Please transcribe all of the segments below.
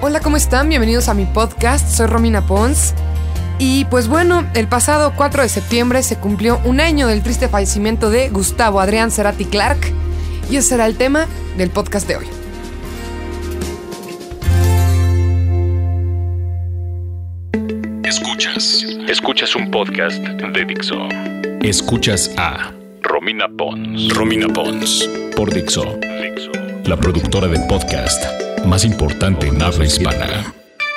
Hola, ¿cómo están? Bienvenidos a mi podcast, soy Romina Pons. Y pues bueno, el pasado 4 de septiembre se cumplió un año del triste fallecimiento de Gustavo Adrián Cerati Clark. Y ese será el tema del podcast de hoy. Escuchas un podcast de Dixo. Escuchas a Romina Pons por Dixo, la productora de podcast más importante en habla hispana.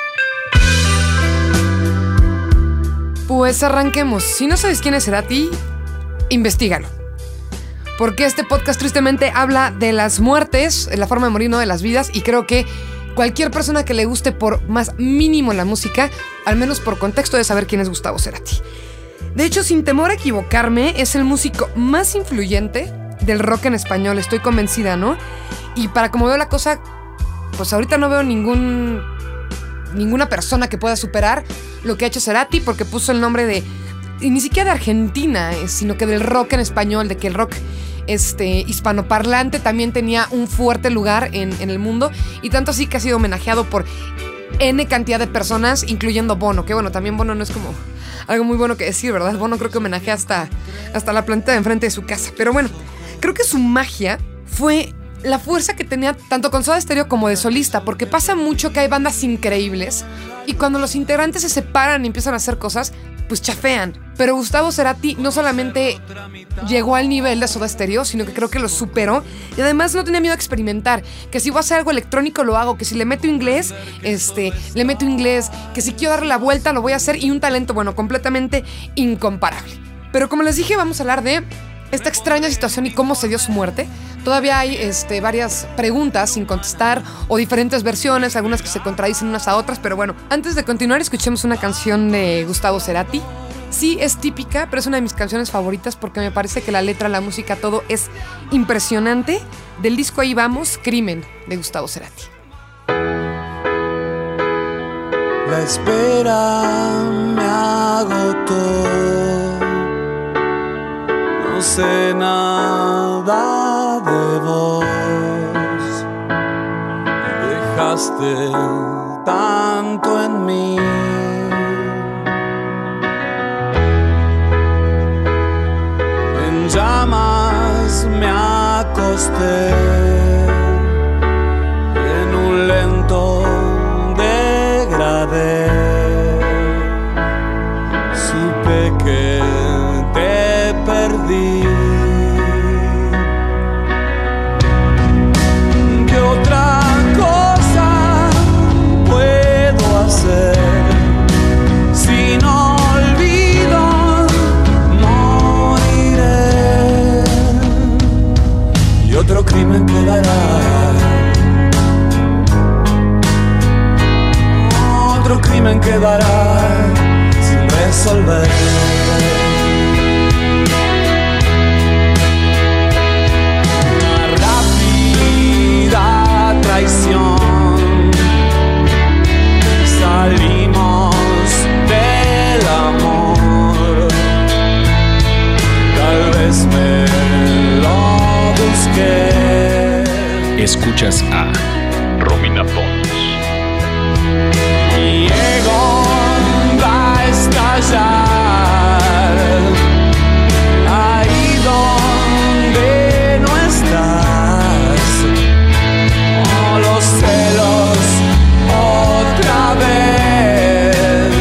Pues arranquemos. Si no sabes quién es Cerati, investígalo. Porque este podcast tristemente habla de las muertes, la forma de morir, no de las vidas. Y creo que cualquier persona que le guste por más mínimo la música, al menos por contexto, debe saber quién es Gustavo Cerati. De hecho, sin temor a equivocarme, es el músico más influyente del rock en español. Estoy convencida, ¿no? Y para como veo la cosa, pues ahorita no veo ninguna persona que pueda superar lo que ha hecho Cerati, porque puso el nombre de, y ni siquiera de Argentina, sino que del rock en español, de que el rock hispanoparlante también tenía un fuerte lugar en el mundo, y tanto así que ha sido homenajeado por N cantidad de personas, incluyendo Bono, que bueno, también Bono no es como algo muy bueno que decir, ¿verdad? Bono creo que homenajea hasta la planta de enfrente de su casa. Pero bueno, creo que su magia fue la fuerza que tenía tanto con Soda Stereo como de solista, porque pasa mucho que hay bandas increíbles y cuando los integrantes se separan y empiezan a hacer cosas, pues chafean. Pero Gustavo Cerati no solamente llegó al nivel de Soda Stereo, sino que creo que lo superó y además no tenía miedo a experimentar. Que si voy a hacer algo electrónico lo hago, que si le meto inglés, le meto inglés, que si quiero darle la vuelta lo voy a hacer, y un talento, bueno, completamente incomparable. Pero como les dije, vamos a hablar de esta extraña situación y cómo se dio su muerte. Todavía hay varias preguntas sin contestar o diferentes versiones, algunas que se contradicen unas a otras, pero bueno, antes de continuar, escuchemos una canción de Gustavo Cerati. Sí, es típica, pero es una de mis canciones favoritas porque me parece que la letra, la música, todo es impresionante. Del disco Ahí Vamos, Crimen, de Gustavo Cerati. La espera me agotó. No sé nada de vos. Dejaste tanto en mí. En llamas me acosté. En un lento degradé. Supe que te perdí. ¿Qué otra cosa puedo hacer si no olvido? Moriré y otro crimen quedará. Otro crimen quedará sin resolver. Traición. Salimos del amor. Tal vez me lo busqué. Escuchas a Romina Pons. Mi ego va a estallar. Ahí donde no estás. Los celos otra vez.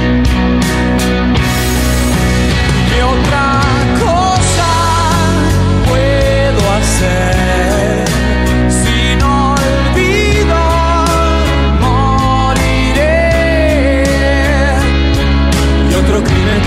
¿Qué otra cosa puedo hacer si no olvido? Moriré y otro crimen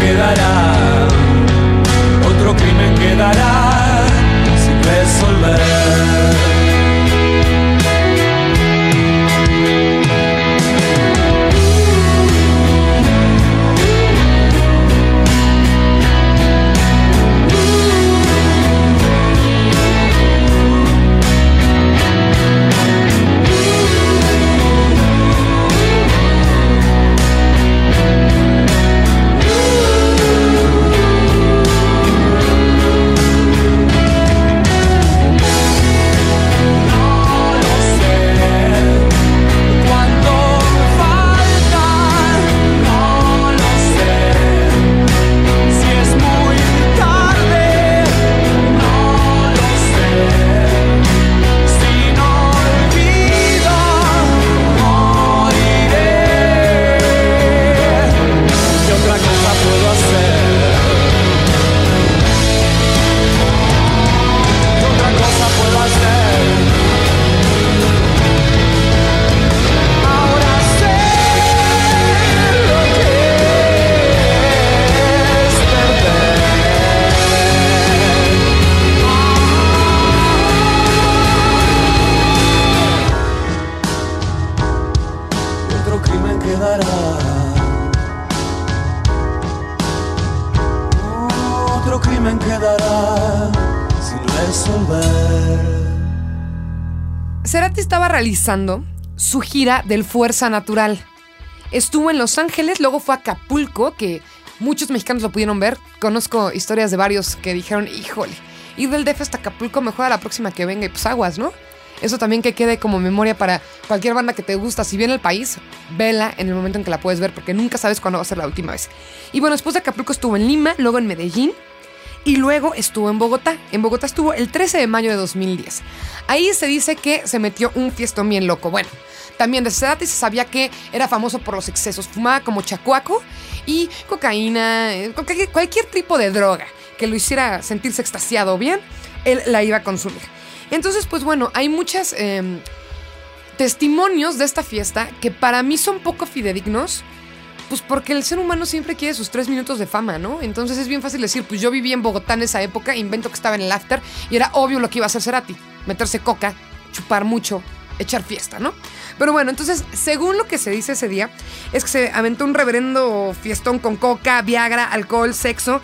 Cerati estaba realizando su gira del Fuerza Natural. Estuvo en Los Ángeles, luego fue a Acapulco, que muchos mexicanos lo pudieron ver. Conozco historias de varios que dijeron, híjole, ir del DF hasta Acapulco, mejor a la próxima que venga y pues aguas, ¿no? Eso también que quede como memoria para cualquier banda que te gusta. Si viene al país, vela en el momento en que la puedes ver, porque nunca sabes cuándo va a ser la última vez. Y bueno, después de Acapulco estuvo en Lima, luego en Medellín y luego estuvo en Bogotá. En Bogotá estuvo el 13 de mayo de 2010. Ahí se dice que se metió un fiestón bien loco. Bueno, también de Cerati se sabía que era famoso por los excesos. Fumaba como chacuaco y cocaína, cualquier tipo de droga que lo hiciera sentirse extasiado o bien, él la iba a consumir. Entonces, pues bueno, hay muchos testimonios de esta fiesta que para mí son poco fidedignos, pues porque el ser humano siempre quiere sus 3 minutos de fama, ¿no? Entonces es bien fácil decir, pues yo viví en Bogotá en esa época, invento que estaba en el after y era obvio lo que iba a hacer Cerati, meterse coca, chupar mucho, echar fiesta, ¿no? Pero bueno, entonces, según lo que se dice ese día, es que se aventó un reverendo fiestón con coca, viagra, alcohol, sexo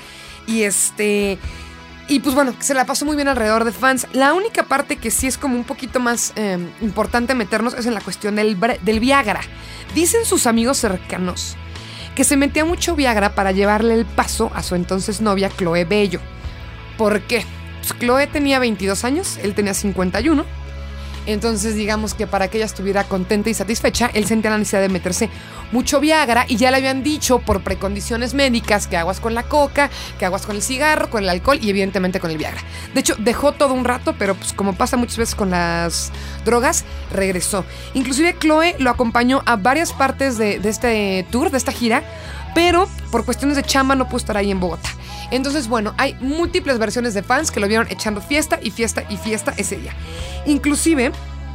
y pues bueno, se la pasó muy bien alrededor de fans. La única parte que sí es como un poquito más importante meternos es en la cuestión del Viagra. Dicen sus amigos cercanos que se metía mucho Viagra para llevarle el paso a su entonces novia Chloe Bello. ¿Por qué? Pues Chloe tenía 22 años, él tenía 51. Entonces digamos que para que ella estuviera contenta y satisfecha, él sentía la necesidad de meterse mucho Viagra y ya le habían dicho por precondiciones médicas que aguas con la coca, que aguas con el cigarro, con el alcohol y evidentemente con el Viagra. De hecho, dejó todo un rato, pero pues como pasa muchas veces con las drogas, regresó. Inclusive Chloe lo acompañó a varias partes de este tour, de esta gira, pero por cuestiones de chamba no pudo estar ahí en Bogotá. Entonces, bueno, hay múltiples versiones de fans que lo vieron echando fiesta y fiesta y fiesta ese día. Inclusive,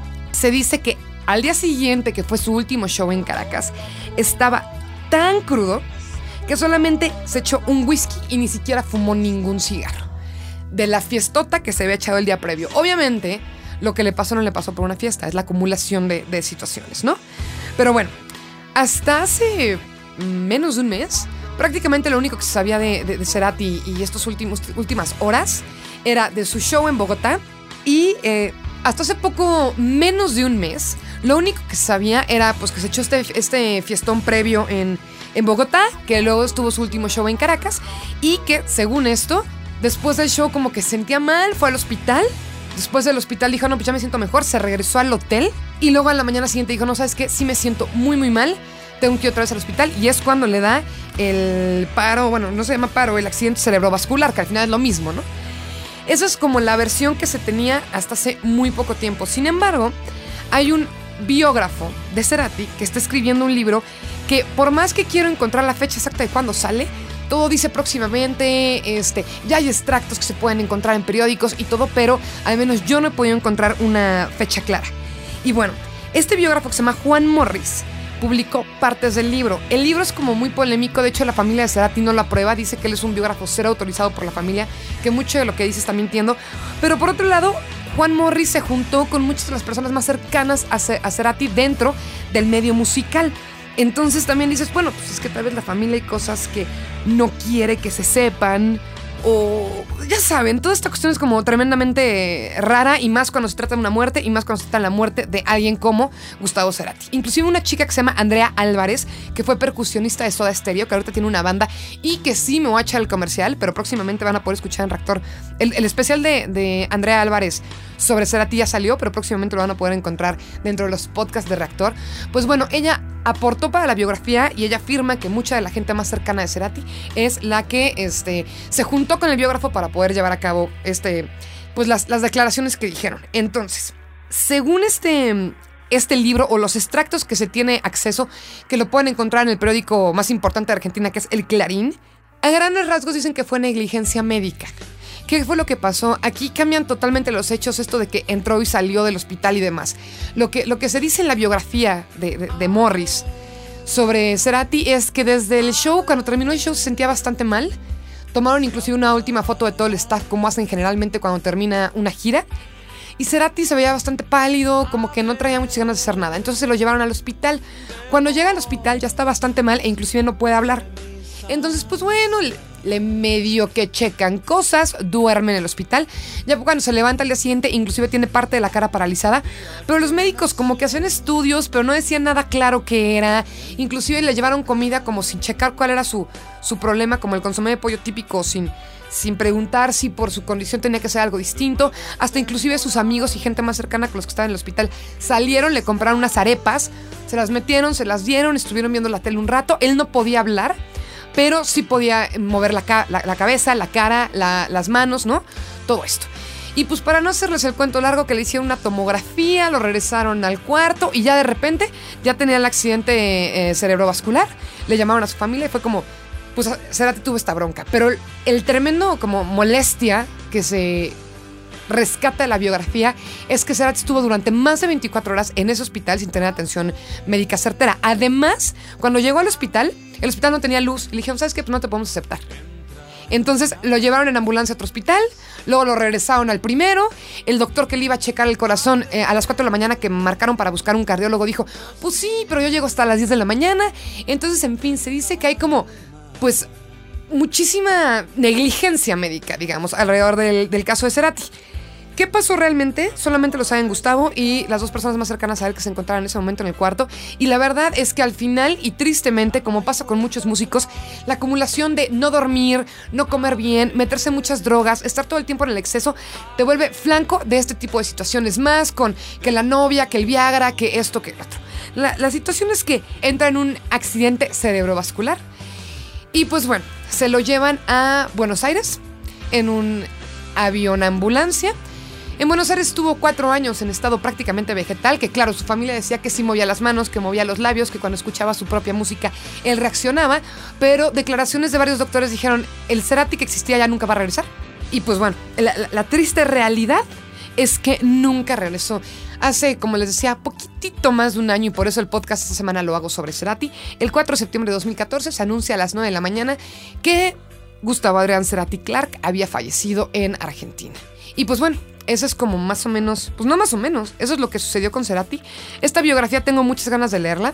se dice que al día siguiente, que fue su último show en Caracas, estaba tan crudo que solamente se echó un whisky y ni siquiera fumó ningún cigarro. De la fiestota que se había echado el día previo. Obviamente, lo que le pasó no le pasó por una fiesta, es la acumulación de situaciones, ¿no? Pero bueno, hasta hace menos de un mes, prácticamente lo único que se sabía de Cerati y estas últimas horas era de su show en Bogotá y hasta hace poco menos de un mes lo único que se sabía era pues que se echó este fiestón previo en Bogotá, que luego estuvo su último show en Caracas y que según esto después del show como que sentía mal, fue al hospital. Después del hospital dijo, no, pues ya me siento mejor, se regresó al hotel y luego a la mañana siguiente dijo, no, ¿sabes qué? Sí me siento muy muy mal, tengo que ir otra vez al hospital y es cuando le da el paro, bueno, no se llama paro, el accidente cerebrovascular, que al final es lo mismo, ¿no? Esa es como la versión que se tenía hasta hace muy poco tiempo. Sin embargo, hay un biógrafo de Cerati que está escribiendo un libro que por más que quiero encontrar la fecha exacta de cuándo sale, todo dice próximamente, ya hay extractos que se pueden encontrar en periódicos y todo, pero al menos yo no he podido encontrar una fecha clara. Y bueno, este biógrafo que se llama Juan Morris publicó partes del libro. El libro es como muy polémico, de hecho la familia de Cerati no lo aprueba, dice que él es un biógrafo cero autorizado por la familia, que mucho de lo que dice está mintiendo, pero por otro lado, Juan Morris se juntó con muchas de las personas más cercanas a Cerati dentro del medio musical. Entonces también dices, bueno, pues es que tal vez la familia hay cosas que no quiere que se sepan, o ya saben, toda esta cuestión es como tremendamente rara y más cuando se trata de una muerte y más cuando se trata de la muerte de alguien como Gustavo Cerati. Inclusive una chica que se llama Andrea Álvarez, que fue percusionista de Soda Stereo, que ahorita tiene una banda y que sí me voy a echar el comercial, pero próximamente van a poder escuchar en Reactor. El especial de Andrea Álvarez sobre Cerati ya salió, pero próximamente lo van a poder encontrar dentro de los podcasts de Reactor. Pues bueno, ella aportó para la biografía y ella afirma que mucha de la gente más cercana de Cerati es la que se juntó con el biógrafo para poder llevar a cabo pues las declaraciones que dijeron. Entonces, según este libro o los extractos que se tiene acceso, que lo pueden encontrar en el periódico más importante de Argentina, que es El Clarín, a grandes rasgos dicen que fue negligencia médica. ¿Qué fue lo que pasó? Aquí cambian totalmente los hechos, esto de que entró y salió del hospital y demás. Lo que se dice en la biografía de Morris sobre Cerati es que desde el show, cuando terminó el show, se sentía bastante mal. Tomaron inclusive una última foto de todo el staff, como hacen generalmente cuando termina una gira. Y Cerati se veía bastante pálido, como que no traía muchas ganas de hacer nada. Entonces se lo llevaron al hospital. Cuando llega al hospital ya está bastante mal e inclusive no puede hablar. Entonces, pues bueno, le medio que checan cosas, duerme en el hospital. Ya cuando se levanta al día siguiente, inclusive tiene parte de la cara paralizada. Pero los médicos como que hacían estudios, pero no decían nada claro qué era. Inclusive le llevaron comida como sin checar cuál era su problema, como el consomé de pollo típico, sin preguntar si por su condición tenía que ser algo distinto. Hasta inclusive sus amigos y gente más cercana con los que estaban en el hospital salieron, le compraron unas arepas, se las metieron, se las dieron, estuvieron viendo la tele un rato. Él no podía hablar, pero sí podía mover la cabeza, la cara, las manos, ¿no? Todo esto. Y pues para no hacerles el cuento largo, que le hicieron una tomografía, lo regresaron al cuarto y ya de repente ya tenía el accidente cerebrovascular. Le llamaron a su familia y fue como, pues Cerati tuvo esta bronca. Pero el tremendo como molestia que se rescata de la biografía es que Cerati estuvo durante más de 24 horas en ese hospital sin tener atención médica certera. Además, cuando llegó al hospital, el hospital no tenía luz. Le dijeron, ¿sabes qué? Pues no te podemos aceptar. Entonces lo llevaron en ambulancia a otro hospital, luego lo regresaron al primero. El doctor que le iba a checar el corazón a las 4 de la mañana, que marcaron para buscar un cardiólogo, dijo, pues sí, pero yo llego hasta las 10 de la mañana. Entonces, en fin, se dice que hay como, pues, muchísima negligencia médica, digamos, alrededor del caso de Cerati. ¿Qué pasó realmente? Solamente lo saben Gustavo y las dos personas más cercanas a él que se encontraban en ese momento en el cuarto. Y la verdad es que al final, y tristemente, como pasa con muchos músicos, la acumulación de no dormir, no comer bien, meterse muchas drogas, estar todo el tiempo en el exceso, te vuelve flanco de este tipo de situaciones. Más con que la novia, que el Viagra, que esto, que el otro. La situación es que entra en un accidente cerebrovascular. Y pues bueno, se lo llevan a Buenos Aires en un avión ambulancia. En Buenos Aires estuvo 4 años en estado prácticamente vegetal, que claro, su familia decía que sí movía las manos, que movía los labios, que cuando escuchaba su propia música él reaccionaba, pero declaraciones de varios doctores dijeron, el Cerati que existía ya nunca va a regresar. Y pues bueno, la triste realidad es que nunca regresó. Hace, como les decía, poquitito más de un año, y por eso el podcast esta semana lo hago sobre Cerati, el 4 de septiembre de 2014 se anuncia a las 9 de la mañana que Gustavo Adrián Cerati Clark había fallecido en Argentina. Y pues bueno, eso es como más o menos, pues no más o menos, eso es lo que sucedió con Cerati. Esta biografía tengo muchas ganas de leerla.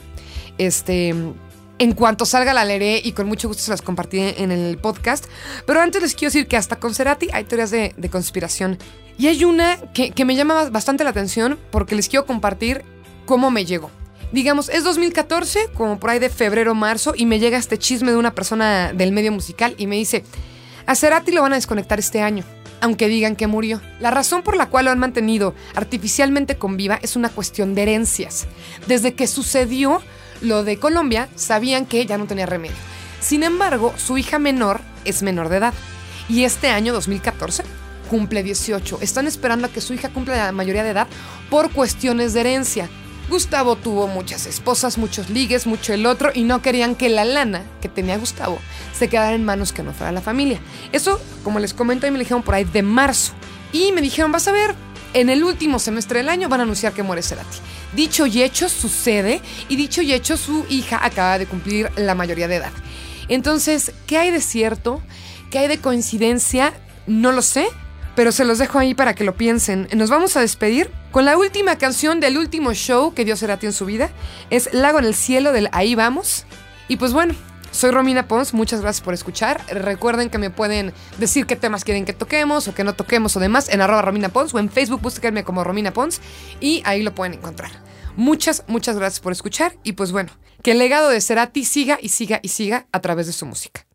En cuanto salga la leeré y con mucho gusto se las compartiré en el podcast. Pero antes les quiero decir que hasta con Cerati hay teorías de conspiración. Y hay una que me llama bastante la atención porque les quiero compartir cómo me llegó. Digamos, es 2014, como por ahí de febrero, marzo, y me llega este chisme de una persona del medio musical y me dice, a Cerati lo van a desconectar este año, aunque digan que murió. La razón por la cual lo han mantenido artificialmente con vida es una cuestión de herencias. Desde que sucedió lo de Colombia, sabían que ya no tenía remedio. Sin embargo, su hija menor es menor de edad. Y este año, 2014, cumple 18. Están esperando a que su hija cumpla la mayoría de edad por cuestiones de herencia. Gustavo tuvo muchas esposas, muchos ligues, mucho el otro, y no querían que la lana que tenía Gustavo se quedara en manos que no fuera la familia. Eso, como les comento, a mí me dijeron por ahí de marzo. Y me dijeron, vas a ver, en el último semestre del año van a anunciar que muere Cerati. Dicho y hecho sucede, y dicho y hecho su hija acaba de cumplir la mayoría de edad. Entonces, ¿qué hay de cierto? ¿Qué hay de coincidencia? No lo sé, pero se los dejo ahí para que lo piensen. Nos vamos a despedir con la última canción del último show que dio Cerati en su vida. Es Lago en el Cielo del Ahí Vamos. Y pues bueno, soy Romina Pons, muchas gracias por escuchar. Recuerden que me pueden decir qué temas quieren que toquemos o que no toquemos o demás en @RominaPons o en Facebook, búsquenme como Romina Pons y ahí lo pueden encontrar. Muchas gracias por escuchar y pues bueno, que el legado de Cerati siga y siga y siga a través de su música.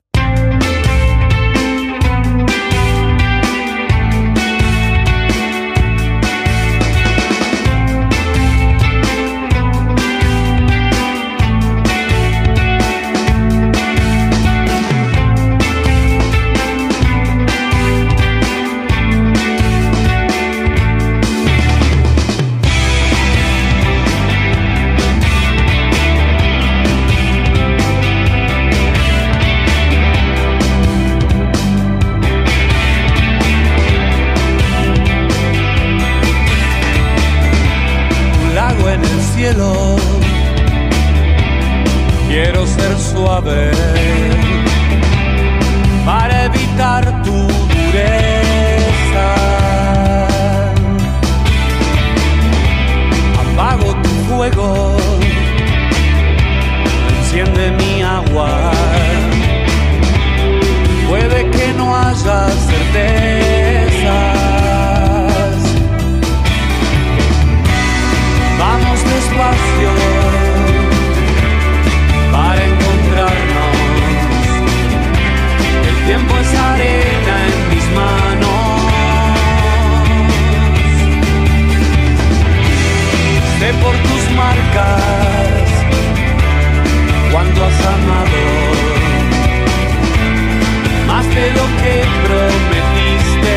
Quiero ser suave para evitar tu dureza. Apago tu fuego, enciende mi agua. Puedo Sé por tus marcas cuando has amado más de lo que prometiste.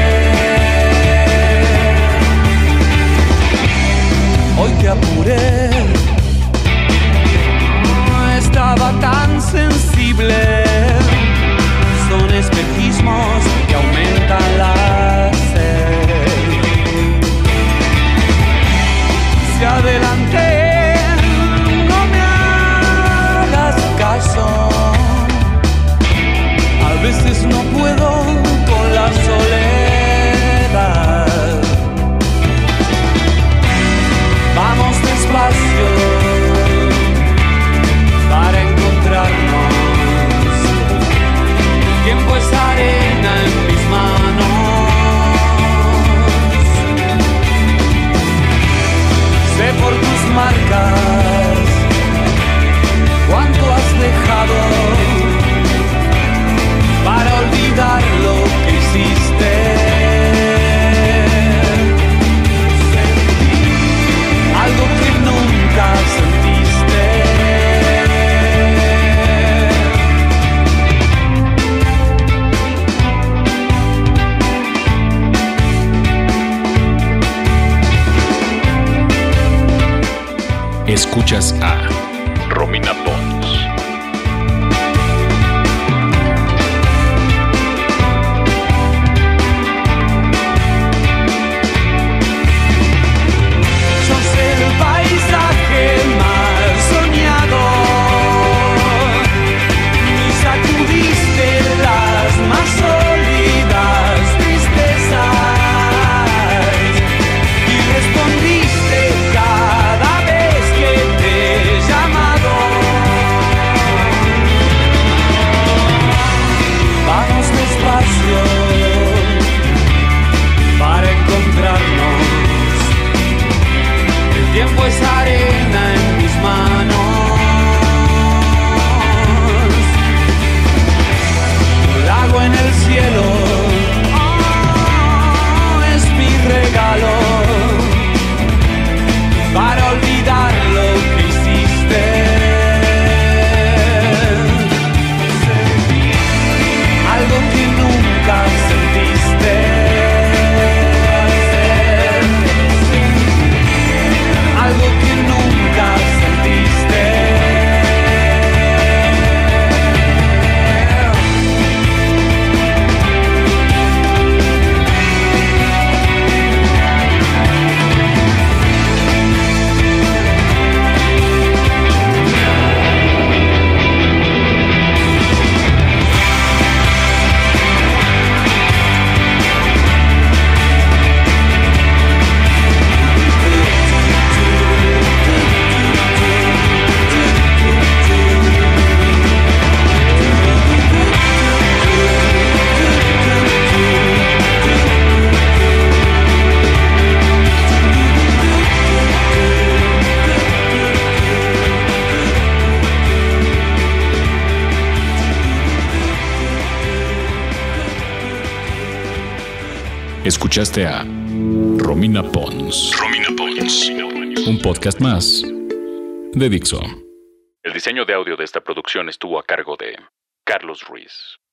Hoy te apuré, no estaba tan sensible. Son espejismos que aumentan la sed. Si adelanté, no me hagas caso. A veces no puedo con la soledad. Vamos despacio para encontrarnos. El tiempo es arena en mis manos. Sé por tus marcas cuánto has dejado para olvidar lo que hiciste. Sentí algo que nunca sentiste. Escuchas a Romina Pons. Escuchaste a Romina Pons. Romina Pons. Un podcast más de Dixo. El diseño de audio de esta producción estuvo a cargo de Carlos Ruiz.